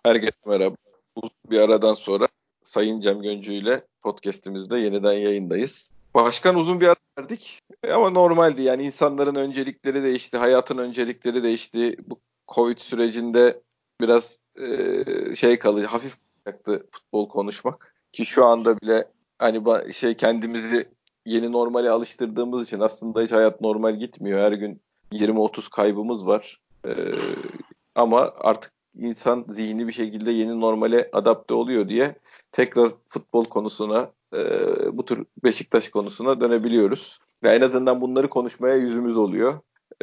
Herkese merhaba. Uzun bir aradan sonra Sayın Cem Göncü ile podcast'imizde yeniden yayındayız. Başkan uzun bir ara verdik ama normaldi. Yani insanların öncelikleri değişti, hayatın öncelikleri değişti. Bu Covid sürecinde biraz hafif kalacaktı futbol konuşmak. Ki şu anda bile hani kendimizi yeni normale alıştırdığımız için aslında hiç hayat normal gitmiyor. Her gün 20-30 kaybımız var. Ama artık insan zihni bir şekilde yeni normale adapte oluyor diye tekrar futbol konusuna, bu tür Beşiktaş konusuna dönebiliyoruz. Ve en azından bunları konuşmaya yüzümüz oluyor.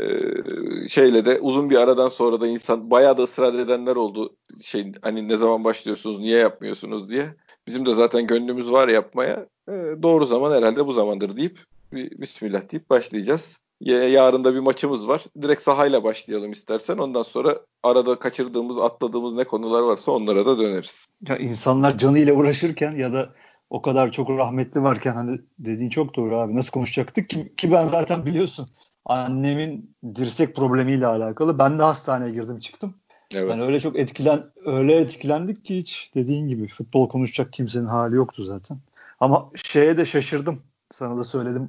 Şeyle de uzun bir aradan sonra da insan bayağı da ısrar edenler oldu. Hani ne zaman başlıyorsunuz, niye yapmıyorsunuz diye. Bizim de zaten gönlümüz var yapmaya. Doğru zaman herhalde bu zamandır deyip Bismillah deyip başlayacağız. Yarın da bir maçımız var. Direkt sahayla başlayalım istersen. Ondan sonra arada kaçırdığımız, atladığımız ne konular varsa onlara da döneriz. Ya insanlar canıyla uğraşırken ya da o kadar çok rahmetli varken hani dediğin çok doğru abi. Nasıl konuşacaktık ki ben zaten biliyorsun annemin dirsek problemiyle alakalı. Ben de hastaneye girdim çıktım. Yani Evet. öyle çok öyle etkilendik ki hiç dediğin gibi futbol konuşacak kimsenin hali yoktu zaten. Ama şeye de şaşırdım. Sana da söyledim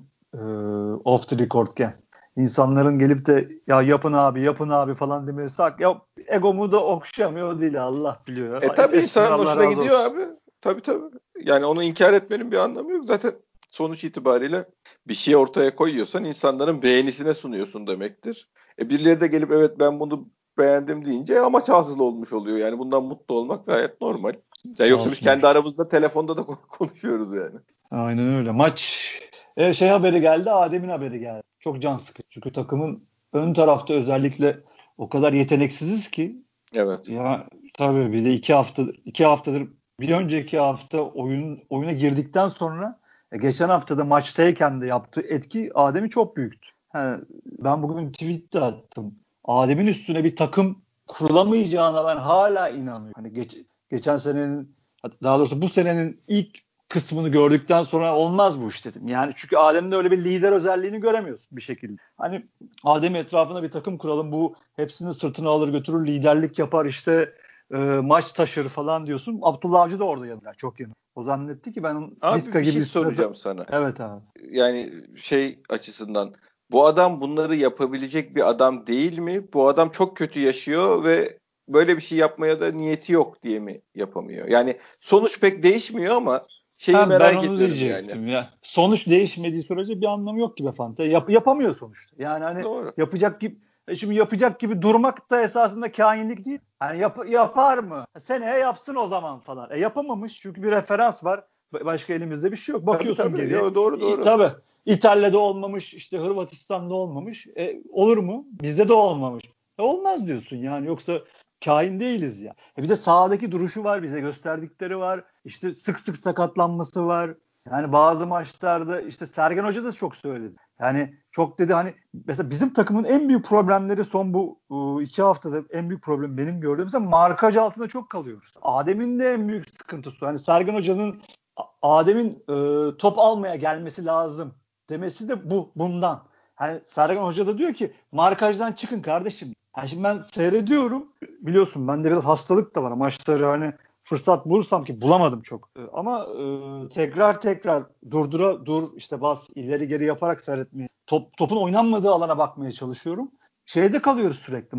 off the record'ken. İnsanların gelip de ya yapın abi falan demesi ya egomu da okşamıyor değil Allah biliyor. Tabii Etsin insanın Allah hoşuna razı gidiyor olsun. abi. Tabii. Yani onu inkar etmenin bir anlamı yok. Zaten sonuç itibariyle bir şey ortaya koyuyorsan insanların beğenisine sunuyorsun demektir. Birileri de gelip evet ben bunu beğendim deyince amaç hasıl olmuş oluyor. Yani bundan mutlu olmak gayet normal. Ya Sağ yoksa biz olsunlar. kendi aramızda telefonda da konuşuyoruz yani. Aynen öyle. Maç haberi geldi, Adem'in haberi geldi. Çok can sıkıcı. Çünkü takımın ön tarafta özellikle o kadar yeteneksiziz ki Evet. ya tabii bir de iki haftadır bir önceki hafta oyuna girdikten sonra geçen haftada maçtayken de yaptığı etki Adem'i çok büyüktü. Ben bugün tweet de attım. Adem'in üstüne bir takım kurulamayacağına ben hala inanıyorum. Hani geçen senenin daha doğrusu bu senenin ilk kısmını gördükten sonra olmaz bu iş dedim. Yani çünkü Adem'de öyle bir lider özelliğini göremiyorsun bir şekilde. Hani Adem etrafına bir takım kuralım, bu hepsini sırtına alır götürür, liderlik yapar işte, maç taşır falan diyorsun. Abdullah Avcı da orada yanıyor. Çok yanıyor. O zannetti ki ben onun Abi Vizca bir gibi şey üstüne soracağım sana. evet abi. Yani açısından bu adam bunları yapabilecek bir adam değil mi? Bu adam çok kötü yaşıyor ve böyle bir şey yapmaya da niyeti yok diye mi yapamıyor? Yani sonuç pek değişmiyor ama şeyi Ben merak onu ediyorum yani. diyecektim ya. Sonuç değişmediği sürece bir anlamı yok gibi Fante. Yapamıyor sonuçta. Yani hani Doğru. şimdi yapacak gibi durmak da esasında kainlik değil. Hani yapar mı? Seneye yapsın o zaman falan. Yapamamış çünkü bir referans var. Başka elimizde bir şey yok. Bakıyorsun Tabii. geriye. Yo, doğru. Tabii. İtalya'da olmamış, işte Hırvatistan'da olmamış. Olur mu? Bizde de olmamış. Olmaz diyorsun yani. Yoksa kain değiliz ya. Bir de sahadaki duruşu var, bize gösterdikleri var. İşte sık sık sakatlanması var. Yani bazı maçlarda işte Sergen Hoca da çok söyledi. Yani çok dedi hani mesela bizim takımın en büyük problemleri son bu 2 haftada en büyük problem benim gördüğüm mesela markaj altında çok kalıyoruz. Adem'in de en büyük sıkıntısı. Hani Sergen Hoca'nın Adem'in top almaya gelmesi lazım demesi de bundan. Hani Sergen Hoca da diyor ki markajdan çıkın kardeşim. Yani şimdi ben seyrediyorum. Biliyorsun bende biraz hastalık da var. Maçları hani fırsat bulursam ki bulamadım çok. Ama tekrar dur işte bas ileri geri yaparak seyretmeye. Topun oynanmadığı alana bakmaya çalışıyorum. Şeyde kalıyoruz sürekli.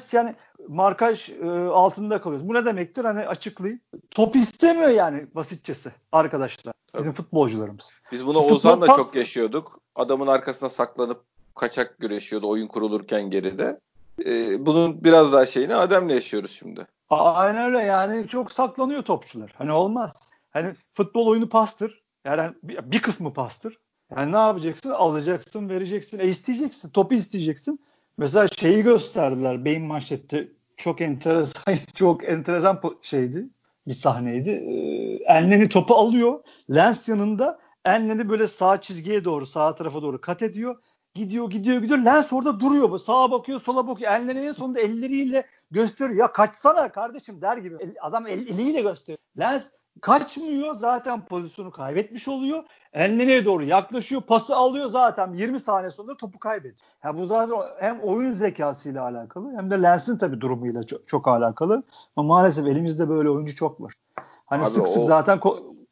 Markaj altında kalıyoruz. Bu ne demektir? Hani açıklayayım. Top istemiyor yani basitçesi arkadaşlar. Bizim Tabii. futbolcularımız. Biz bunu Şimdi futbol Ozan'la pas çok yaşıyorduk. Adamın arkasına saklanıp kaçak güreşiyordu oyun kurulurken geride. Bunun biraz daha şeyini Adem'le yaşıyoruz şimdi. aynen öyle yani çok saklanıyor topçular. Hani olmaz. Hani futbol oyunu pastır. Yani bir kısmı pastır. Yani ne yapacaksın? Alacaksın, vereceksin. İsteyeceksin. Topu isteyeceksin. Mesela şeyi gösterdiler. Beyin manşette. Çok enteresan, çok enteresan şeydi. Bir sahneydi. Elneni topu alıyor. Lens yanında Elneni böyle sağ çizgiye doğru, sağ tarafa doğru kat ediyor. Gidiyor. Lens orada duruyor. Sağa bakıyor, sola bakıyor. Elneni en sonunda elleriyle gösteriyor. Ya kaçsana kardeşim der gibi. Adam eliyle gösteriyor. Lens kaçmıyor. Zaten pozisyonu kaybetmiş oluyor. Ennene'ye doğru yaklaşıyor. Pası alıyor, zaten 20 saniye sonra topu kaybediyor. Ya bu zaten hem oyun zekasıyla alakalı hem de Lens'in tabii durumuyla çok alakalı. Ama maalesef elimizde böyle oyuncu çok var. Hani Abi sık sık o zaten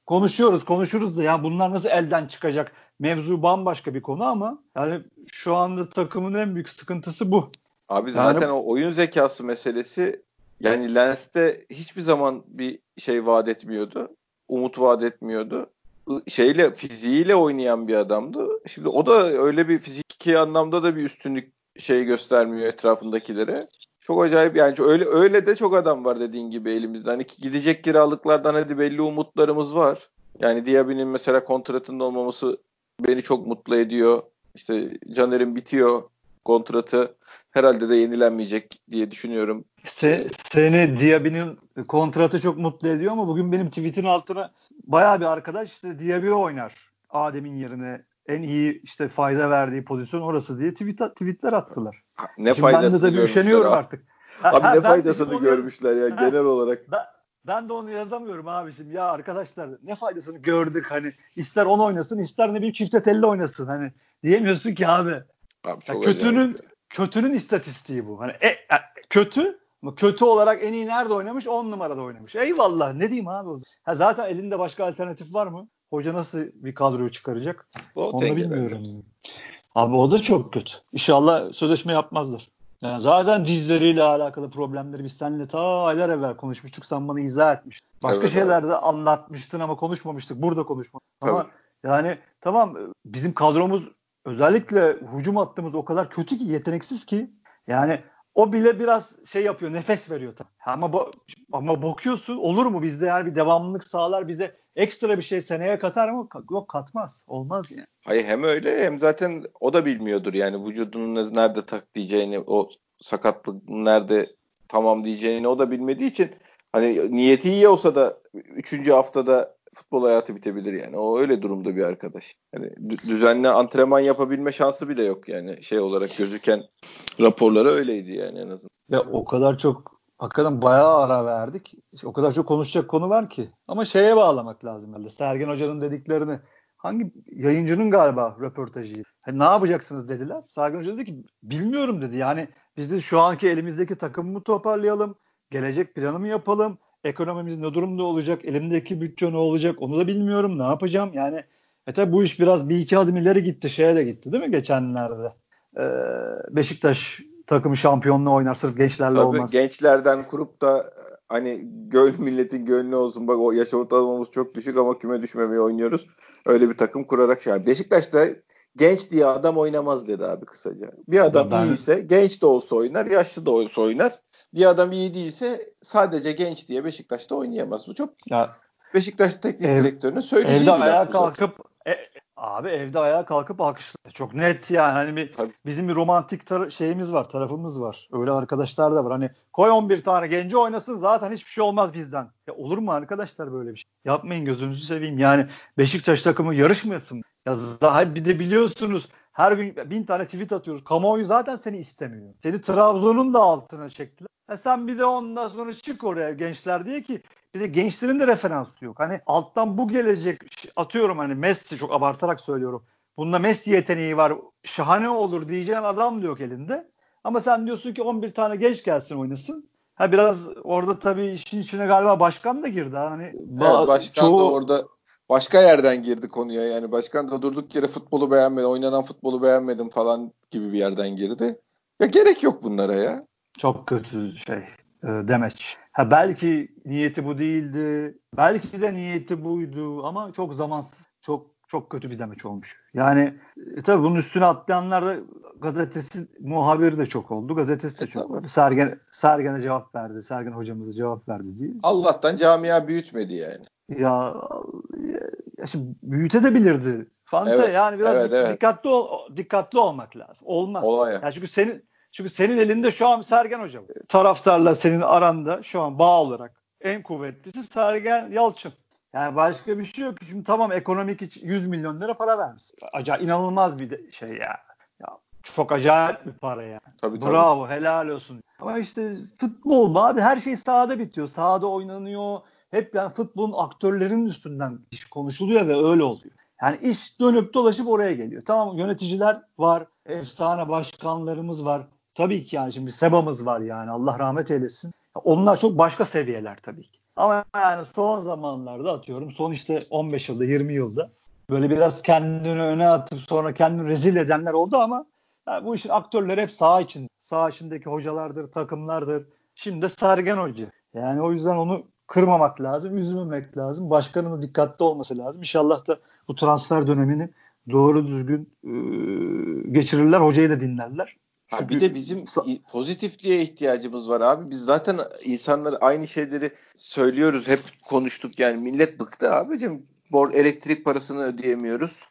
konuşuruz da ya bunlar nasıl elden çıkacak? Mevzu bambaşka bir konu ama yani şu anda takımın en büyük sıkıntısı bu. Abi Yani zaten o oyun zekası meselesi, yani Lens'te hiçbir zaman bir şey vaat etmiyordu. Umut vaat etmiyordu. Şeyle, fiziğiyle oynayan bir adamdı. Şimdi o da öyle bir fiziki anlamda da bir üstünlük şey göstermiyor etrafındakilere. Çok acayip yani, öyle de çok adam var dediğin gibi elimizde. Hani gidecek kiralıklardan hadi belli umutlarımız var. Yani Diaby'nin mesela kontratının olmaması beni çok mutlu ediyor. İşte Caner'in bitiyor kontratı. Herhalde de yenilenmeyecek diye düşünüyorum. seni Diaby'nin kontratı çok mutlu ediyor ama bugün benim tweetin altına bayağı bir arkadaş işte Diaby oynar Adem'in yerine, en iyi işte fayda verdiği pozisyon orası diye tweetler attılar. Ne Şimdi ben de faydasını tabii görmüşler üşeniyorum abi. artık. Abi ne Ben de şimdi faydasını onu görmüşler ya genel olarak. ben de onu yazamıyorum abi şimdi. Ya arkadaşlar ne faydasını gördük hani, ister onu oynasın ister ne bileyim çifte telli oynasın hani, diyemiyorsun ki abi. Abi Ya çok acayip ya. kötünün istatistiği bu. Hani kötü ama kötü olarak en iyi nerede oynamış? 10 numarada oynamış. Eyvallah, ne diyeyim abi o zaman. Ha, zaten elinde başka alternatif var mı? Hoca nasıl bir kadroyu çıkaracak? O Onu da dengelerle. bilmiyorum. Abi o da çok kötü. İnşallah sözleşme yapmazlar. Yani zaten dizleriyle alakalı problemleri biz seninle ta aylar evvel konuşmuştuk. Sen bana izah etmiştin. Başka Evet abi. şeyler de anlatmıştın ama konuşmamıştık. Burada konuşmadık. Tabii. Ama yani tamam, bizim kadromuz, özellikle hücum hattımız o kadar kötü ki, yeteneksiz ki yani o bile biraz şey yapıyor, nefes veriyor tabii. Ama bakıyorsun, olur mu bizde yani bir devamlılık sağlar, bize ekstra bir şey seneye katar mı? Yok, katmaz. Olmaz yani. Hayır, hem öyle hem zaten o da bilmiyordur yani vücudunun nerede tak diyeceğini, o sakatlık nerede tamam diyeceğini o da bilmediği için hani niyeti iyi olsa da 3. haftada futbol hayatı bitebilir yani. O öyle durumda bir arkadaş. Yani düzenli antrenman yapabilme şansı bile yok yani, şey olarak gözüken raporları öyleydi yani en azından. Ya o kadar çok, hakikaten bayağı ara verdik. İşte o kadar çok konuşacak konu var ki. Ama şeye bağlamak lazım herhalde. Sergen Hoca'nın dediklerini, hangi yayıncının galiba röportajı. Ne yapacaksınız dediler. Sergen Hoca dedi ki bilmiyorum dedi. Yani biz de şu anki elimizdeki takımı mı toparlayalım? Gelecek planı mı yapalım? Ekonomimiz ne durumda olacak? Elimdeki bütçe ne olacak? Onu da bilmiyorum. Ne yapacağım? Yani tabi bu iş biraz bir iki adım ileri gitti. Şeye de gitti değil mi geçenlerde? Beşiktaş takımı şampiyonluğu oynar sırf gençlerle Tabii olmaz. gençlerden kurup da hani milletin gönlü olsun, bak o yaş ortalamamız çok düşük ama küme düşmemeye oynuyoruz. Öyle bir takım kurarak yani Beşiktaş'ta genç diye adam oynamaz dedi abi kısaca. Bir Ya adam ben iyiyse genç de olsa oynar, yaşlı da olsa oynar. Bir adam iyi değilse sadece genç diye Beşiktaş'ta oynayamaz. Bu çok ya Beşiktaş teknik ev, direktörünün evde söyleyeceği bir laf ayağa bu zaten. kalkıp abi evde ayağa kalkıp alkışlar. Çok net yani. Hani Tabii. bizim bir romantik şeyimiz var, tarafımız var. Öyle arkadaşlar da var. Hani koy 11 tane genci oynasın, zaten hiçbir şey olmaz bizden. Ya olur mu arkadaşlar böyle bir şey? Yapmayın, gözünüzü seveyim. Yani Beşiktaş takımı yarışmıyorsun. Ya daha bir de biliyorsunuz, her gün 1000 tane tweet atıyoruz. Kamuoyu zaten seni istemiyor. Seni Trabzon'un da altına çektiler. Sen bir de ondan sonra çık oraya gençler diye ki, bir de gençlerin de referansı yok. Hani alttan bu gelecek, atıyorum hani Messi, çok abartarak söylüyorum. Bunda Messi yeteneği var, şahane olur diyeceğin adam da yok elinde. Ama sen diyorsun ki 11 tane genç gelsin oynasın. Ha biraz orada tabii işin içine galiba başkan da girdi. Hani Evet, başkan da çoğu, orada başka yerden girdi konuya. Yani başkan da durduk yere futbolu beğenmedi, oynanan futbolu beğenmedim falan gibi bir yerden girdi. Ya gerek yok bunlara ya. çok kötü demeç. Ha belki niyeti bu değildi. Belki de niyeti buydu ama çok zamansız. Çok çok kötü bir demeç olmuş. Yani tabii bunun üstüne atlayanlar da, gazetesi muhabiri de çok oldu. Gazetesi de çok Tabii. oldu. Sergen'e cevap verdi. Sergen hocamıza cevap verdi diye. Allah'tan camia büyütmedi yani. Ya, şimdi büyütebilirdi. Fante Evet. yani biraz Evet, evet. dikkatli olmak lazım. Olmaz. Olaya. Ya çünkü senin elinde şu an Sergen Hoca var. Taraftarla senin aranda şu an bağ olarak en kuvvetlisi Sergen Yalçın. Yani başka bir şey yok. Şimdi tamam, ekonomik 100 milyon lira para vermiş. Acayip inanılmaz bir şey ya. Ya çok acayip bir para ya. Tabii, tabii. Bravo, helal olsun. Ama işte futbol bu abi, her şey sahada bitiyor. Sahada oynanıyor. hep yani futbolun aktörlerinin üstünden iş konuşuluyor ve öyle oluyor. Yani iş dönüp dolaşıp oraya geliyor. Tamam, yöneticiler var, efsane başkanlarımız var. Tabii ki yani şimdi Seba'mız var, yani Allah rahmet eylesin. Onlar çok başka seviyeler tabii ki. Ama yani son zamanlarda, atıyorum son işte 15 yılda 20 yılda böyle biraz kendini öne atıp sonra kendini rezil edenler oldu ama yani bu işin aktörleri hep saha için. Saha içindeki hocalardır, takımlardır. Şimdi de Sergen Hoca. Yani o yüzden onu kırmamak lazım, üzmemek lazım. Başkanın da dikkatli olması lazım. İnşallah da bu transfer dönemini doğru düzgün geçirirler. Hocayı da dinlerler. Ha bir Çünkü de bizim pozitifliğe ihtiyacımız var abi. Biz zaten insanlar aynı şeyleri söylüyoruz. Hep konuştuk yani. Millet bıktı abicim. Elektrik parasını ödeyemiyoruz.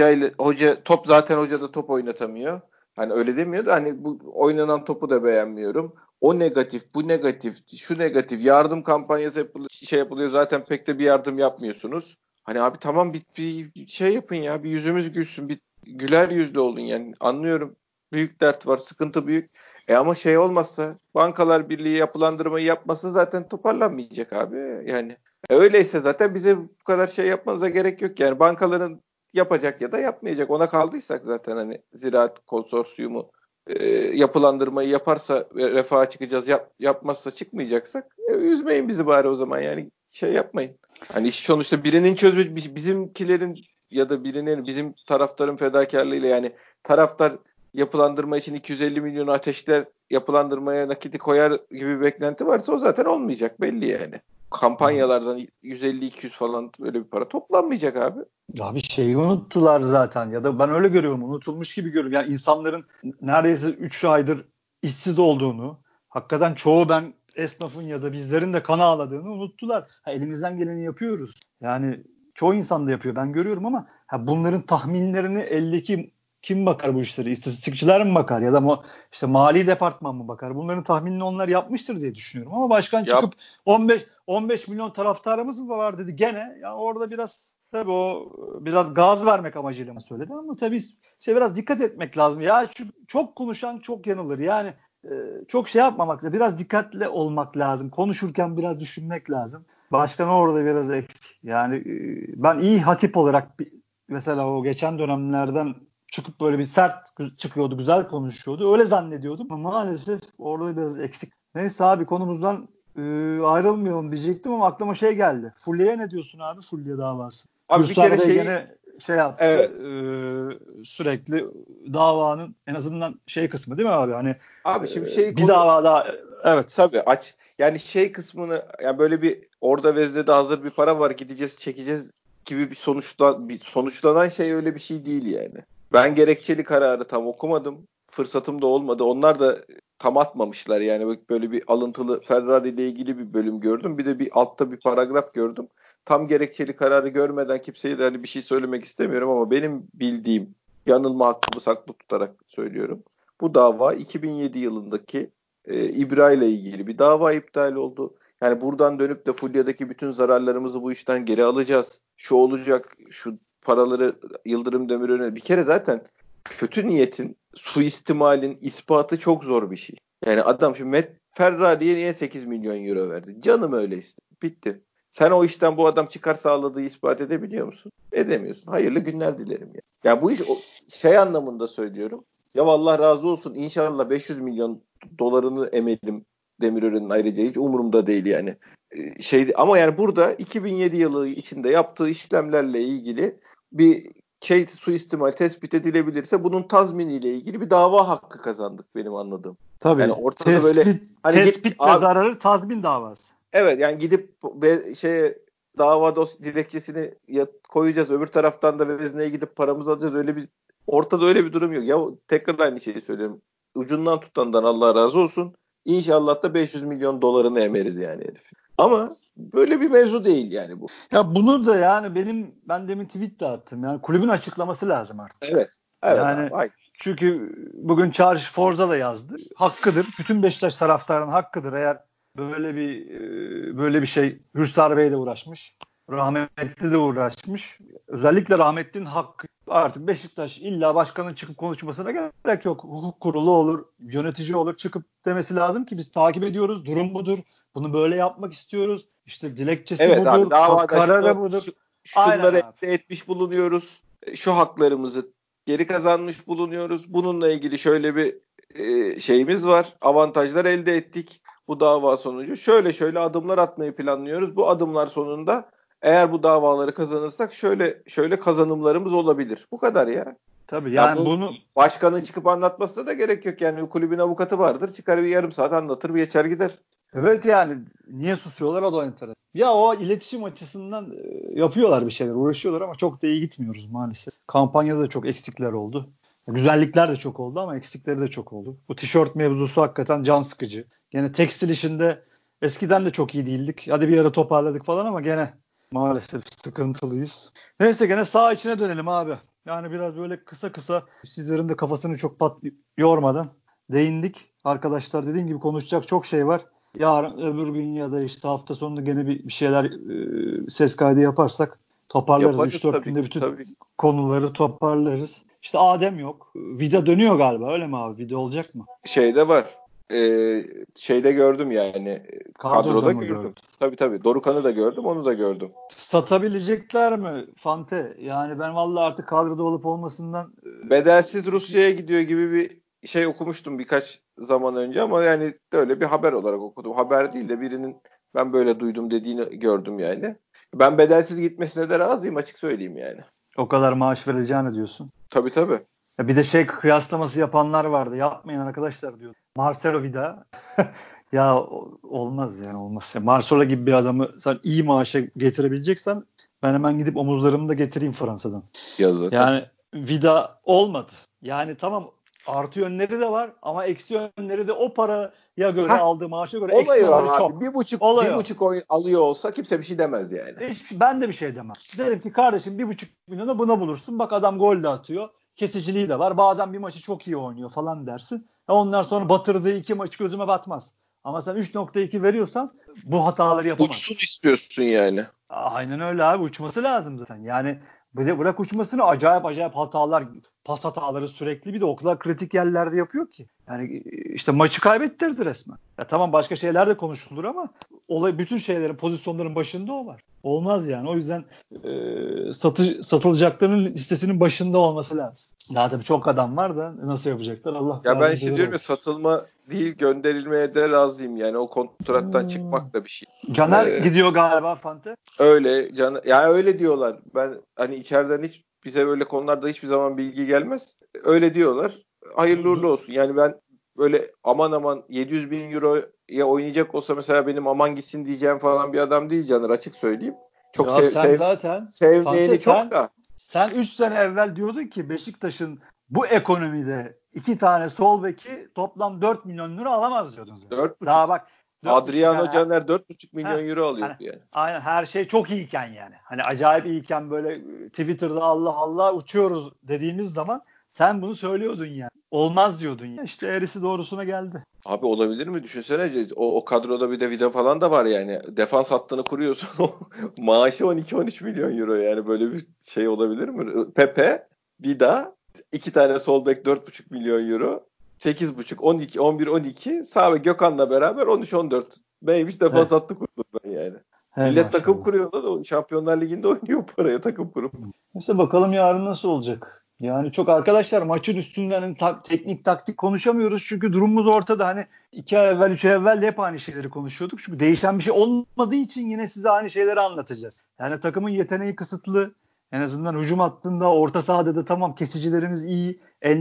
Hoca top zaten hoca da top oynatamıyor. Hani öyle demiyor da hani bu oynanan topu da beğenmiyorum. O negatif, bu negatif, şu negatif. Yardım kampanyası yapılıyor. Zaten pek de bir yardım yapmıyorsunuz. Hani abi tamam bir şey yapın ya. Bir yüzümüz gülsün. Bir güler yüzlü olun yani. Anlıyorum. Büyük dert var, sıkıntı büyük. Ama şey olmazsa, Bankalar Birliği yapılandırmayı yapmasa zaten toparlanmayacak abi. Yani öyleyse zaten bize bu kadar şey yapmanıza gerek yok. Yani bankaların yapacak ya da yapmayacak. Ona kaldıysak zaten hani Ziraat Konsorsiyumu yapılandırmayı yaparsa refaha çıkacağız. Yapmazsa çıkmayacaksak üzmeyin bizi bari o zaman. Yani şey yapmayın. Hani iş sonuçta birinin çözümü bizimkilerin ya da birinin bizim taraftarın fedakarlığıyla yani taraftar yapılandırma için 250 milyonu ateşler, yapılandırmaya nakiti koyar gibi bir beklenti varsa o zaten olmayacak belli yani. Kampanyalardan 150-200 falan böyle bir para toplanmayacak abi. Abi şeyi unuttular zaten, ya da ben öyle görüyorum, unutulmuş gibi görüyorum. Yani insanların neredeyse 3 aydır işsiz olduğunu, hakikaten çoğu ben esnafın ya da bizlerin de kan ağladığını unuttular. Elimizden geleni yapıyoruz. Yani çoğu insan da yapıyor, ben görüyorum ama bunların tahminlerini eldeki kim bakar bu işlere? İstatistikçiler mi bakar ya da işte mali departman mı bakar? Bunların tahminini onlar yapmıştır diye düşünüyorum. Ama başkan çıkıp 15 milyon taraftarımız mı var dedi gene. Ya orada biraz tabii o biraz gaz vermek amacıyla mı söyledi ama tabii biraz dikkat etmek lazım. Ya çok konuşan çok yanılır. Yani çok şey yapmamak lazım. Biraz dikkatli olmak lazım. Konuşurken biraz düşünmek lazım. Başkan orada biraz eksik. Yani ben iyi hatip olarak mesela o geçen dönemlerden çıkıp böyle bir sert çıkıyordu, güzel konuşuyordu. Öyle zannediyordum ama maalesef orada biraz eksik. Neyse abi, konumuzdan ayrılmayalım diyecektim ama aklıma şey geldi. Fulya'ya ne diyorsun abi? Fulya davası. Abi bir Gürsar kere Bey şeyi gene şey yaptı. evet. Sürekli davanın en azından şey kısmı değil mi abi? Hani Abi şimdi şey bir konu dava daha, evet. tabii aç. Yani şey kısmını yani böyle bir orada veznede hazır bir para var gideceğiz çekeceğiz gibi bir sonuçlanan şey öyle bir şey değil yani. Ben gerekçeli kararı tam okumadım. Fırsatım da olmadı. Onlar da tam atmamışlar yani böyle bir alıntılı Ferrari ile ilgili bir bölüm gördüm. Bir de bir altta bir paragraf gördüm. Tam gerekçeli kararı görmeden kimseye de hani bir şey söylemek istemiyorum ama benim bildiğim yanılma hakkımı saklı tutarak söylüyorum. Bu dava 2007 yılındaki İbra ile ilgili bir dava iptal oldu. Yani buradan dönüp de Fulya'daki bütün zararlarımızı bu işten geri alacağız. Şu olacak, şu paraları Yıldırım Demirören'e bir kere zaten kötü niyetin, suistimalin ispatı çok zor bir şey. Yani adam şimdi Ferrari'ye niye 8 milyon euro verdi? Canım öyle istedi. Bitti. Sen o işten bu adam çıkar sağladığı ispat edebiliyor musun? Edemiyorsun. Hayırlı günler dilerim ya. Ya bu iş şey anlamında söylüyorum. Ya Allah razı olsun inşallah 500 milyon dolarını emelim Demirören'in ayrıca hiç umurumda değil yani. Ama yani burada 2007 yılı içinde yaptığı işlemlerle ilgili bir suistimal tespit edilebilirse bunun tazminiyle ilgili bir dava hakkı kazandık benim anladığım. Yani Tabii. ortada böyle hani git Tespit ve abi zararı tazmin davası. evet yani gidip dava dilekçesini koyacağız öbür taraftan da vezneye gidip paramızı alacağız ortada öyle bir durum yok. Ya tekrar aynı şeyi söylüyorum. Ucundan tutandan Allah razı olsun. İnşallah da 500 milyon dolarını emeriz yani herif. Ama böyle bir mevzu değil yani bu. Ya bunu da yani ben demin tweet de attım. Yani kulübün açıklaması lazım artık. Evet. Evet Yani abi. Ay. çünkü bugün Çağrı Forza da yazdı. Hakkıdır. Bütün Beşiktaş taraftarının hakkıdır. Eğer böyle bir şey, Hürsar Bey de uğraşmış. Rahmetli de uğraşmış. Özellikle rahmetlinin hakkı, artık Beşiktaş illa başkanın çıkıp konuşmasına gerek yok. Hukuk kurulu olur, yönetici olur, çıkıp demesi lazım ki biz takip ediyoruz. Durum budur. Bunu böyle yapmak istiyoruz. İşte dilekçesi Evet budur, abi, davada kararı budur. Aynen şunları abi. elde etmiş bulunuyoruz. Şu haklarımızı geri kazanmış bulunuyoruz. Bununla ilgili şöyle bir şeyimiz var. Avantajlar elde ettik bu dava sonucu. Şöyle şöyle adımlar atmayı planlıyoruz. Bu adımlar sonunda eğer bu davaları kazanırsak şöyle şöyle kazanımlarımız olabilir. Bu kadar ya. Tabii Ya yani bu bunu başkanın çıkıp anlatmasına da gerek yok. Yani kulübün avukatı vardır. Çıkar bir yarım saat anlatır, bir geçer gider. evet yani niye susuyorlar o da enteresan. Ya o iletişim açısından yapıyorlar bir şeyler, uğraşıyorlar ama çok da iyi gitmiyoruz maalesef. Kampanyada da çok eksikler oldu. Güzellikler de çok oldu ama eksikleri de çok oldu. Bu tişört mevzusu hakikaten can sıkıcı. Gene tekstil işinde eskiden de çok iyi değildik. Hadi bir ara toparladık falan ama gene maalesef sıkıntılıyız. Neyse gene saha içine dönelim abi. Yani biraz böyle kısa kısa sizlerin de kafasını çok yormadan değindik. Arkadaşlar dediğim gibi konuşacak çok şey var. Yarın öbür gün ya da işte hafta sonunda gene bir şeyler ses kaydı yaparsak toparlarız. Yaparız 3-4 tabii günde ki. bütün Tabii ki. konuları toparlarız. İşte Adem yok. Vida dönüyor galiba öyle mi abi? Vida olacak mı? Şeyde var. Şeyde gördüm yani. Kadroda Kadroda mı gördüm. gördün? Tabii tabii. Dorukhan'ı da gördüm, onu da gördüm. Satabilecekler mi Fante? Yani ben vallahi artık kadroda olup olmasından Bedelsiz Rusya'ya gidiyor gibi bir şey okumuştum birkaç zaman önce ama yani öyle bir haber olarak okudum. Haber değil de birinin ben böyle duydum dediğini gördüm yani. Ben bedelsiz gitmesine de razıyım, açık söyleyeyim yani. o kadar maaş vereceğini diyorsun. Tabii tabii. Ya bir de şey kıyaslaması yapanlar vardı. Yapmayın arkadaşlar diyor. Marcelo Vida. Ya olmaz yani olmaz. Ya Marcelo gibi bir adamı sen iyi maaşa getirebileceksen ben hemen gidip omuzlarımı da getireyim Fransa'dan. Yazık. Yani Vida olmadı. Yani tamam artı yönleri de var ama eksi yönleri de o paraya göre Hah, aldığı maaşa göre olay o ekstraları abi. çok. Bir Oluyor. buçuk oyun alıyor olsa kimse bir şey demez yani. Ben de bir şey demem. Derim ki kardeşim 1,5 milyona buna bulursun. Bak adam gol de atıyor. Kesiciliği de var. Bazen bir maçı çok iyi oynuyor falan dersin. Ondan sonra batırdığı 2 maç gözüme batmaz. Ama sen 3,2 veriyorsan bu hataları yapamaz. Uçsun istiyorsun yani. Aynen öyle abi. Uçması lazım zaten. Yani bir de bırak uçmasını acayip acayip hatalar, pas hataları sürekli bir de o kadar kritik yerlerde yapıyor ki. Yani işte maçı kaybettirdi resmen. Ya tamam başka şeyler de konuşulur ama bütün şeylerin, pozisyonların başında o var. Olmaz yani. O yüzden satılacakların listesinin başında olması lazım. Daha tabii çok adam var da nasıl yapacaklar Allah Ya ben işte yardımcıları diyorum ya, olsun. satılma değil gönderilmeye de razıyım yani, o kontrattan Hmm. çıkmak da bir şey. Caner Ee, gidiyor galiba Fante. Öyle can yani, öyle diyorlar. Ben hani içeriden hiç bize böyle konularda hiçbir zaman bilgi gelmez. Öyle diyorlar. Hayırlı uğurlu olsun. Yani ben böyle aman aman 700 bin euroya oynayacak olsa mesela benim aman gitsin diyeceğim falan bir adam değil Caner, açık söyleyeyim. Çok Ya sen zaten Fante sevmeyeni çok da. sen 3 sene evvel diyordun ki Beşiktaş'ın bu ekonomide 2 tane sol beki toplam 4 milyon lira alamaz diyordun zaten. Daha 4,5. bak 4,5 Adriano yani Caner 4,5 heh, milyon euro hani alıyordu yani. aynen her şey çok iyiyken yani. Hani acayip iyiyken böyle Twitter'da Allah Allah uçuyoruz dediğimiz zaman sen bunu söylüyordun yani. Olmaz diyordun ya. İşte eğrisi doğrusuna geldi. Abi olabilir mi? Düşünsene, o kadroda bir de Vida falan da var yani. Defans hattını kuruyorsun. O maaşı 12-13 milyon euro yani. Böyle bir şey olabilir mi? Pepe, Vida, iki tane sol bek 4,5 milyon euro. 8,5, 12, 11, 12. Sağ ve Gökhan'la beraber 13-14. Neymiş Heh, defans hattı kurdum ben yani. hey Millet takım maşallah. kuruyor da o Şampiyonlar Ligi'nde oynuyor paraya takım kurup. Neyse bakalım yarın nasıl olacak. Yani çok arkadaşlar maçın üstünden hani teknik taktik konuşamıyoruz çünkü durumumuz ortada. Hani 2 ay evvel 3 ay evvel de hep aynı şeyleri konuşuyorduk. Çünkü değişen bir şey olmadığı için yine size aynı şeyleri anlatacağız. Yani takımın yeteneği kısıtlı. En azından hücum hattında orta sahada da tamam kesicilerimiz iyi.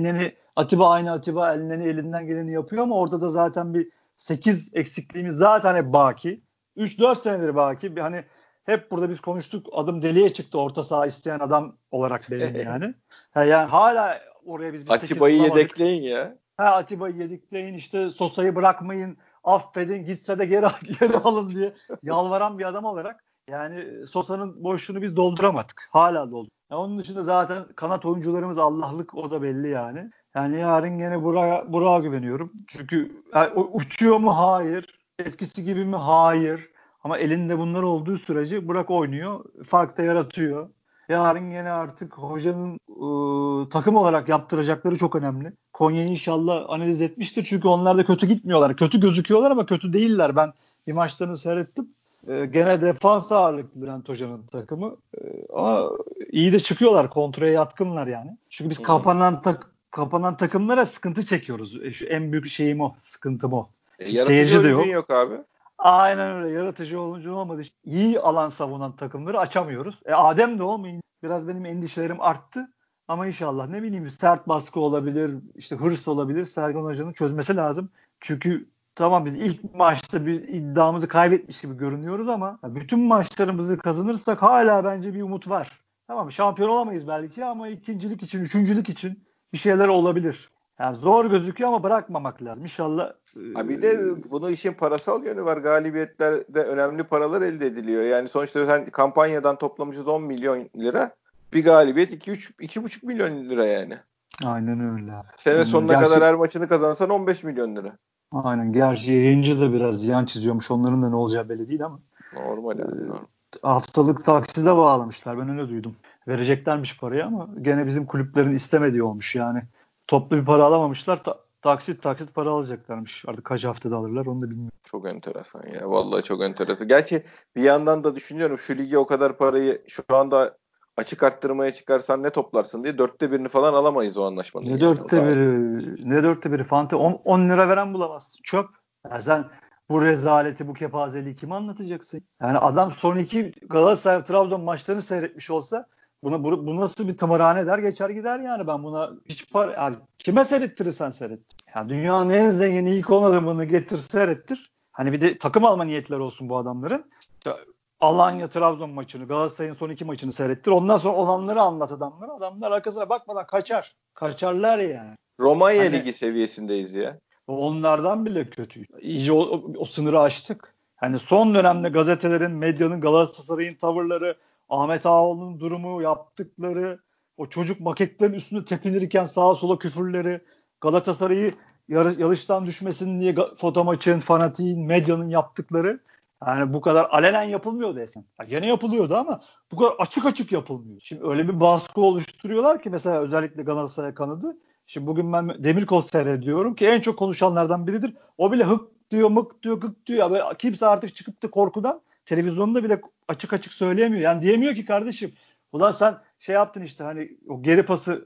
Atiba ellerini elinden geleni yapıyor ama orada da zaten bir 8 eksikliğimiz zaten hep baki. 3-4 senedir baki. Hani hep burada biz konuştuk. Adım deliye çıktı orta saha isteyen adam olarak benim yani. Yani hala oraya biz bir 8 Atiba'yı bulamadık. yedekleyin ya. Atiba'yı yedikleyin işte Sosa'yı bırakmayın. Affedin gitse de geri alın diye yalvaran bir adam olarak yani Sosa'nın boşluğunu biz dolduramadık. Hala doldur. Onun dışında zaten kanat oyuncularımız Allah'lık o da belli yani. Yani yarın gene Burak'a güveniyorum. Çünkü uçuyor mu? Hayır. Eskisi gibi mi? Hayır. Ama elinde bunlar olduğu sürece Burak oynuyor. Fark da yaratıyor. Yarın gene artık hocanın takım olarak yaptıracakları çok önemli. Konya inşallah analiz etmiştir. Çünkü onlar da kötü gitmiyorlar. Kötü gözüküyorlar ama kötü değiller. Ben bir maçlarını seyrettim. Gene defans ağırlıklı Bülent Hoca'nın takımı. Ama iyi de çıkıyorlar. Kontraya yatkınlar yani. Çünkü biz kapanan takımlara sıkıntı çekiyoruz. Şu en büyük şeyim o. Sıkıntım o. Şimdi Yaratıcı seyirci de oyuncun yok. yok abi. Aynen öyle. Yaratıcı oyuncu olmadı. İyi alan savunan takımları açamıyoruz. Adem de olmayın. Biraz benim endişelerim arttı. Ama inşallah ne bileyim sert baskı olabilir, işte hırs olabilir. Sergen Hoca'nın çözmesi lazım. Çünkü tamam biz ilk maçta bir iddiamızı kaybetmiş gibi görünüyoruz ama bütün maçlarımızı kazanırsak hala bence bir umut var. Tamam şampiyon olamayız belki ama ikincilik için, üçüncülük için bir şeyler olabilir. Yani zor gözüküyor ama bırakmamak lazım. İnşallah. Ha bir de bunu işin parasal yönü var. Galibiyetlerde önemli paralar elde ediliyor. Yani sonuçta sen kampanyadan toplamışız 10 milyon lira. Bir galibiyet 2,5 milyon lira yani. Aynen öyle. Sene Aynen. sonuna kadar her maçını kazansan 15 milyon lira. Aynen. Gerçi yayıncı da biraz yan çiziyormuş. Onların da ne olacağı belli değil ama. Normal abi. Normal. Haftalık takside bağlamışlar. Ben öyle duydum. Vereceklermiş parayı ama gene bizim kulüplerin istemediği olmuş yani. Toplu bir para alamamışlar. Taksit para alacaklarmış. Artık kaç haftada alırlar onu da bilmiyorum. Çok enteresan ya. Vallahi çok enteresan. Gerçi bir yandan da düşünüyorum şu ligi o kadar parayı şu anda açık arttırmaya çıkarsan ne toplarsın diye 1/4'ini falan alamayız o anlaşmanın Ne yani. dörtte biri, ne dörtte biri. Fante 10 lira veren bulamazsın. Çöp. Yani sen bu rezaleti, bu kepazeliği kime anlatacaksın? Yani adam son iki Galatasaray Trabzon maçlarını seyretmiş olsa bu nasıl bir tımarhane der geçer gider yani. Ben buna hiç para yani kime seyrettirirsen seyrettir. Yani dünyanın en zengin ilk 10 adamını getir seyrettir. Hani bir de takım alma niyetleri olsun bu adamların. İşte Alanya Trabzon maçını, Galatasaray'ın son iki maçını seyrettir. Ondan sonra olanları anlat adamlara. Adamlar arkasına bakmadan kaçar. Kaçarlar yani. Romanya Hani Ligi seviyesindeyiz ya. onlardan bile kötü. İyice o sınırı aştık. Hani son dönemde gazetelerin, medyanın, Galatasaray'ın tavırları, Ahmet Ağaoğlu'nun durumu, yaptıkları, o çocuk maketlerin üstünde tepinirken sağa sola küfürleri, Galatasaray'ı yarıştan düşmesin diye foto maçın, fanatiğin, medyanın yaptıkları yani bu kadar alenen yapılmıyordu esen. Gene yapılıyordu ama bu kadar açık açık yapılmıyor. Şimdi öyle bir baskı oluşturuyorlar ki mesela özellikle Galatasaray kanadı. Şimdi bugün ben Demirkol seyrediyorum ki en çok konuşanlardan biridir. O bile hık diyor, mık diyor, gık diyor. Abi, kimse artık çıkıp da korkudan televizyonda bile açık açık söyleyemiyor. Yani diyemiyor ki kardeşim ulan sen şey yaptın işte hani o geri pası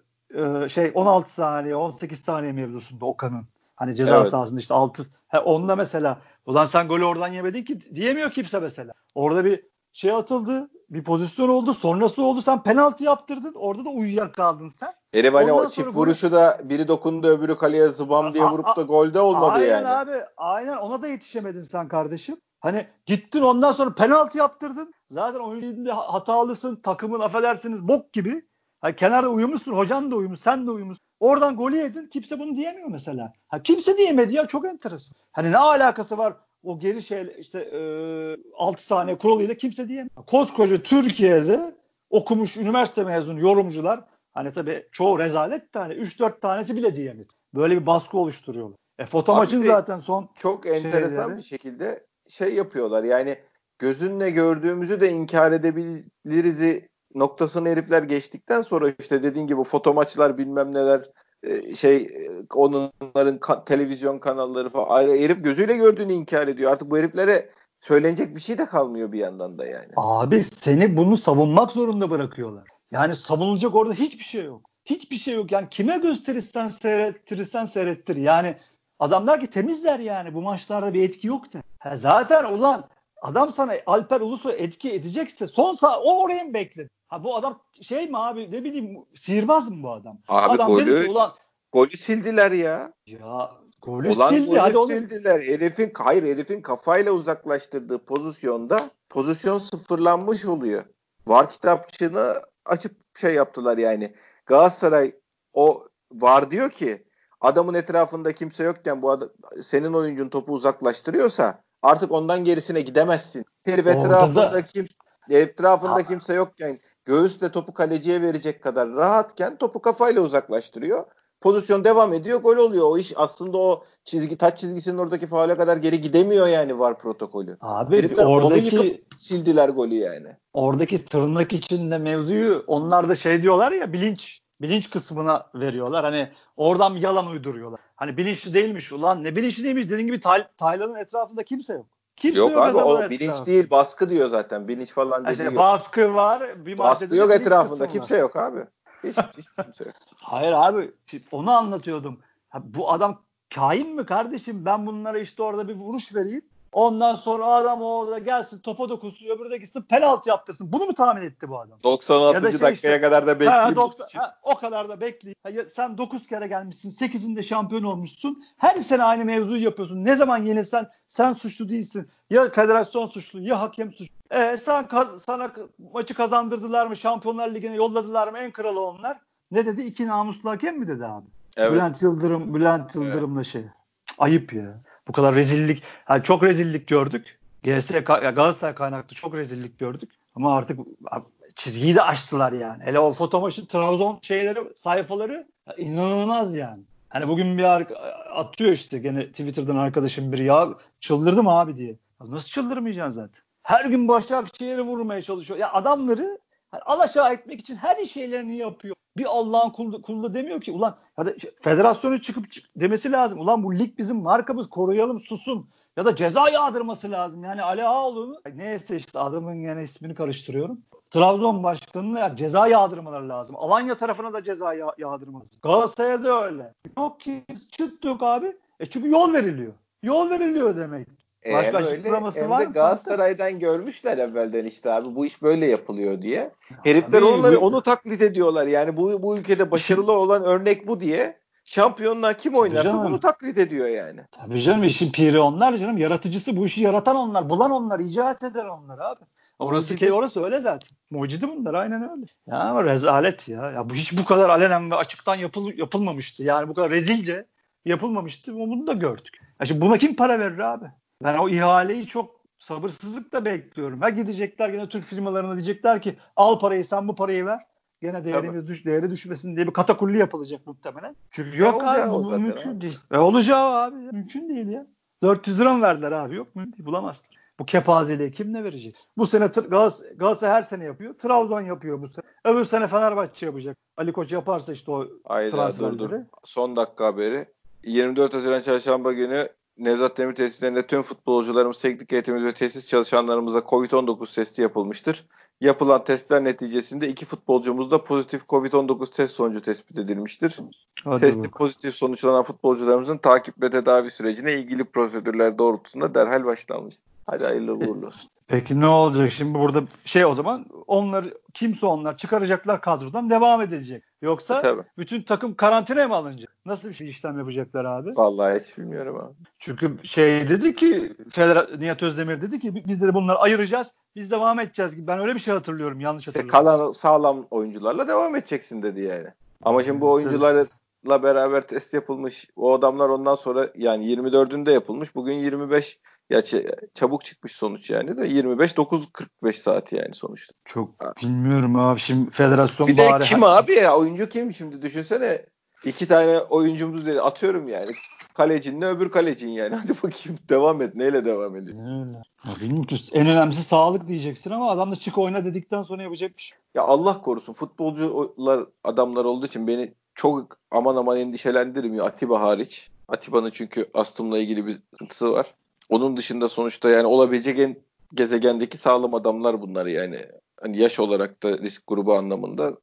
16 saniye 18 saniye mevzusunda Okan'ın hani ceza Evet. sahasında işte 6 onda mesela ulan sen golü oradan yemedin ki diyemiyor kimse mesela. Orada bir şey atıldı, bir pozisyon oldu, sonrası oldu. Sen penaltı yaptırdın. Orada da uyuyakaldın sen. Herif hani o Ondan sonra çift golü vuruşu da biri dokundu öbürü kaleye zıbam diye vurup da golde olmadı aynen yani. abi. Aynen ona da yetişemedin sen kardeşim. Hani gittin ondan sonra penaltı yaptırdın. Zaten oyunda hatalısın. Takımın affedersiniz bok gibi. Hani kenarda uyumuşsun. Hocan da uyumuş. Sen de uyumuşsun. Oradan golü yedin. Kimse bunu diyemiyor mesela. Kimse diyemedi ya. Çok enteresan. Hani ne alakası var o geri şey işte 6 saniye kuralıyla kimse diyemiyor. Koskoca Türkiye'de okumuş üniversite mezunu yorumcular hani tabii çoğu rezalet de hani 3-4 tanesi bile diyemedi. Böyle bir baskı oluşturuyorlar. Foto Abi maçın de zaten son çok enteresan şeyleri. bir şekilde şey yapıyorlar. Yani gözünle gördüğümüzü de inkar edebiliriz noktasını herifler geçtikten sonra işte dediğin gibi foto maçlar bilmem neler onların televizyon kanalları falan ayrı herif gözüyle gördüğünü inkar ediyor. Artık bu heriflere söylenecek bir şey de kalmıyor bir yandan da yani. Abi seni bunu savunmak zorunda bırakıyorlar. Yani savunulacak orada hiçbir şey yok. Hiçbir şey yok. Yani kime gösterirsen seyrettir. Yani adam der ki temizler yani bu maçlarda bir etki yok de. Zaten ulan adam sana Alper Ulusoy etki edecekse o oraya mı bekledi? Bu adam şey mi abi ne bileyim sihirbaz mı bu adam? Abi Adam dedi ki ulan golü sildiler ya. ya golü Olan sildi golü hadi onu. sildiler. Herifin kafayla uzaklaştırdığı pozisyonda pozisyon sıfırlanmış oluyor. VAR kitapçığını açıp şey yaptılar yani. Galatasaray o VAR diyor ki adamın etrafında kimse yokken bu adam, senin oyuncun topu uzaklaştırıyorsa artık ondan gerisine gidemezsin. Herif Orada da etrafında kimse yokken göğüsle topu kaleciye verecek kadar rahatken topu kafayla uzaklaştırıyor. Pozisyon devam ediyor, gol oluyor. O iş aslında o taç çizgisinin oradaki faule kadar geri gidemiyor yani VAR protokolü. abi Herifler onu yıkıp oradaki sildiler golü yani. oradaki tırnak içinde mevzuyu onlar da şey diyorlar ya bilinç kısmına veriyorlar. Hani oradan bir yalan uyduruyorlar. Hani bilinçli değilmiş ulan ne bilinçli değilmiş dediğin gibi Taylan'ın etrafında kimse yok. Kimse Yok yok abi, adamın o bilinç etrafında. değil, baskı diyor zaten. Bilinç falan dediği İşte yok. baskı var. Bir Baskı maddede yok, de bilinç etrafında kısmı var. kimse yok abi. Hiç kimse yok. Hayır abi, onu anlatıyordum. Bu adam kain mi kardeşim? Ben bunlara işte orada bir vuruş vereyim. Ondan sonra adam orada gelsin, topa dokunsun, öbürü de gitsin penaltı yaptırsın. Bunu mu tahmin etti bu adam? 96. Ya da dakikaya kadar da bekleyeyim. 90, o kadar da bekleyeyim. Sen 9 kere gelmişsin, 8'inde şampiyon olmuşsun. Her sene aynı mevzuyu yapıyorsun. Ne zaman yenilsen sen suçlu değilsin. Ya federasyon suçlu, ya hakem suçlu. Sana maçı kazandırdılar mı? Şampiyonlar Ligi'ne yolladılar mı? En kralı onlar. Ne dedi? 2 namuslu hakem mi dedi abi? Evet. Bülent Yıldırım'la şey. Ayıp ya. Bu kadar rezillik. Yani çok rezillik gördük. Galatasaray kaynaklı çok rezillik gördük. Ama artık çizgiyi de aştılar yani. Hele o foto maçı Trabzon sayfaları inanılmaz yani. Hani bugün bir atıyor işte gene Twitter'dan arkadaşım biri, ya çıldırdım abi diye. Ya nasıl çıldırmayacaksın zaten? Her gün Başakşehir'e vurmaya çalışıyor. Ya adamları alaşağı etmek için her şeylerini yapıyor. Bir Allah'ın kulu demiyor ki. Ulan federasyonu çıkıp demesi lazım. Ulan bu lig bizim markamız, koruyalım, susun. Ya da ceza yağdırması lazım. Yani Ali Ağaoğlu'nu neyse işte adamın gene ismini karıştırıyorum. Trabzon başkanına ceza yağdırmaları lazım. Alanya tarafına da ceza yağdırması. Galatasaray'a da öyle. Yok ki çıttık abi. Çünkü yol veriliyor. Yol veriliyor demek. Başka Hem öyle açıklaması hem var de mı Fatih? Galatasaray'dan görmüşler evvelden işte abi, bu iş böyle yapılıyor diye. Herifler Abi onu taklit ediyorlar. Yani bu ülkede başarılı olan örnek bu diye. Şampiyonlar kim tabii oynarsa bunu canım. taklit ediyor yani. Tabii canım, işin piri onlar canım. Yaratıcısı, bu işi yaratan onlar. Bulan onlar. İcat eden onlar abi. Mucidi. Orası öyle zaten. Mucidi bunlar, aynen öyle. Ya ama rezalet ya. Ya bu hiç bu kadar alenen ve açıktan yapılmamıştı. Yani bu kadar rezilce yapılmamıştı. Bunu da gördük. Ya şimdi buna kim para verir abi? Ben o ihaleyi çok sabırsızlıkla bekliyorum. Ha gidecekler gene Türk firmalarına, diyecekler ki al parayı, sen bu parayı ver. Gene Tabii. değeri düşmesin diye bir katakulli yapılacak muhtemelen. Çünkü Ya yok abi, olacağı o bu zaten mümkün abi. değil. Olacağı abi mümkün değil ya. 400 lira mı verdiler abi? Yok, mümkün değil, bulamazlar. Bu kepazeliği kim ne verecek? Bu sene Galatasaray her sene yapıyor. Trabzon yapıyor bu sene. Öbür sene Fenerbahçe yapacak. Ali Koç yaparsa işte o Hayda, dur. transferleri. Son dakika haberi. 24 Haziran Çarşamba günü Nevzat Demir tesislerinde tüm futbolcularımız, teknik heyetimiz ve tesis çalışanlarımıza COVID-19 testi yapılmıştır. Yapılan testler neticesinde 2 futbolcumuzda pozitif COVID-19 test sonucu tespit edilmiştir. Hadi Testi bak. pozitif sonuçlanan futbolcularımızın takip ve tedavi sürecine ilgili prosedürler doğrultusunda derhal başlanmıştır. Hadi hayırlı uğurlu olsun. Peki ne olacak şimdi burada, o zaman onlar çıkaracaklar kadrodan, devam edilecek. Yoksa Tabii. bütün takım karantinaya mı alınacak? Nasıl bir işlem yapacaklar abi? Vallahi hiç bilmiyorum abi. Çünkü dedi ki Nihat Özdemir dedi ki biz de bunları ayıracağız. Biz devam edeceğiz gibi. Ben öyle bir şey hatırlıyorum, yanlış İşte hatırlamıyorum. kalan sağlam oyuncularla devam edeceksin dedi yani. Ama şimdi bu Enteresan. oyuncularla beraber test yapılmış. O adamlar ondan sonra yani 24'ünde yapılmış. Bugün 25, ya çabuk çıkmış sonuç yani de 25 9:45 saati yani sonuçta. Çok bilmiyorum abi. Şimdi federasyon Bir de bari kim abi ya? Oyuncu kim şimdi? Düşünsene. 2 tane oyuncumuz dedi. Atıyorum yani. Kalecinle öbür kalecin yani. Hadi bakayım devam et. Neyle devam ediyor? öyle. Ya bilmiyorum ki, en önemlisi sağlık diyeceksin ama adam da çık oyna dedikten sonra yapacak bir şey. Ya Allah korusun, futbolcular adamlar olduğu için beni çok aman aman endişelendirmiyor, Atiba hariç. Atiba'nın çünkü astımla ilgili bir sıkıntısı var. Onun dışında sonuçta yani olabilecek en gezegendeki sağlam adamlar bunlar yani. Hani yaş olarak da risk grubu anlamında,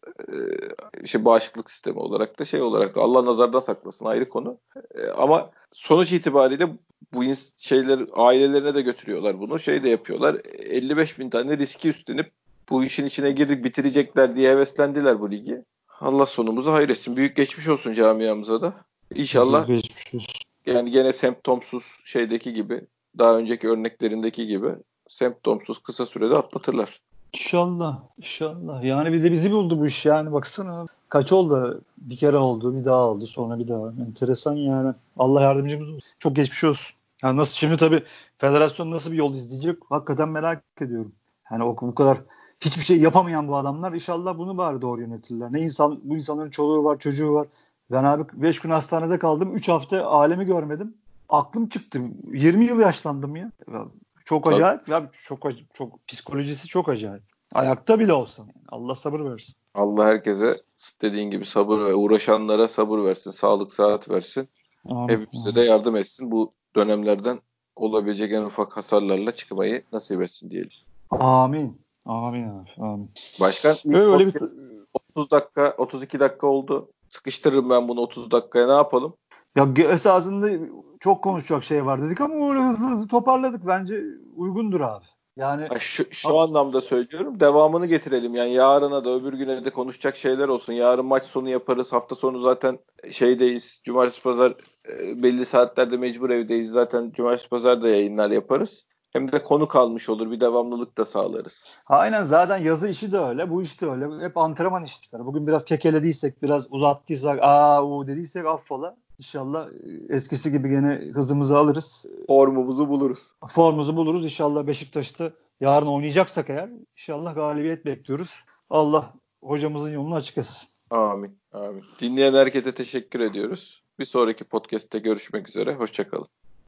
bağışıklık sistemi olarak da olarak da Allah nazardan saklasın, ayrı konu. Ama sonuç itibariyle bu ailelerine de götürüyorlar bunu. De yapıyorlar. 55 bin tane riski üstlenip bu işin içine girdik bitirecekler diye heveslendiler bu ligi. Allah sonumuzu hayretsin. Büyük geçmiş olsun camiamıza da. İnşallah Çok geçmiş olsun. yani gene semptomsuz gibi, daha önceki örneklerindeki gibi semptomsuz kısa sürede atlatırlar. İnşallah. İnşallah. Yani bir de bizi buldu bu iş yani, baksana. Kaç oldu? Bir kere oldu, bir daha oldu, sonra bir daha. Enteresan yani. Allah yardımcımız olsun. Çok geçmiş olsun. Yani nasıl şimdi, tabii federasyon nasıl bir yol izleyecek? Hakikaten merak ediyorum. Yani bu kadar hiçbir şey yapamayan bu adamlar inşallah bunu bari doğru yönetirler. Bu insanların çoluğu var, çocuğu var. Ben abi 5 gün hastanede kaldım. 3 hafta alemi görmedim. Aklım çıktı. 20 yıl yaşlandım ya. Çok Tabii. acayip. Ya çok psikolojisi çok acayip. Ayakta bile olsan. Allah sabır versin. Allah herkese dediğin gibi sabır ve uğraşanlara sabır versin, sağlık, sıhhat versin. Amin. Hepimize de Amin. yardım etsin bu dönemlerden olabilecek en ufak hasarlarla çıkmayı nasip etsin diyelim. Amin. Amin abi. Amin. Başkan Öyle bir 30 dakika 32 dakika oldu. Sıkıştırırım ben bunu 30 dakikaya, ne yapalım? ya esasında çok konuşacak şey var dedik ama öyle hızlı hızlı toparladık. Bence uygundur abi. Yani Şu anlamda söylüyorum. Devamını getirelim. Yani yarına da öbür güne de konuşacak şeyler olsun. Yarın maç sonu yaparız. Hafta sonu zaten şeydeyiz. Cumartesi pazar belli saatlerde mecbur evdeyiz. Zaten cumartesi pazar da yayınlar yaparız. Hem de konu kalmış olur. Bir devamlılık da sağlarız. aynen, zaten yazı işi de öyle, bu iş de öyle. Hep antrenman işleri. Bugün biraz kekelediysek, biraz uzattıysak, dediysek affola. İnşallah eskisi gibi gene hızımızı alırız. Formumuzu buluruz. Formumuzu buluruz. İnşallah Beşiktaş'ta yarın oynayacaksak eğer inşallah galibiyet bekliyoruz. Allah hocamızın yolunu açık etsin. Amin. Amin. Dinleyen herkese teşekkür ediyoruz. Bir sonraki podcast'te görüşmek üzere. Hoşça kalın.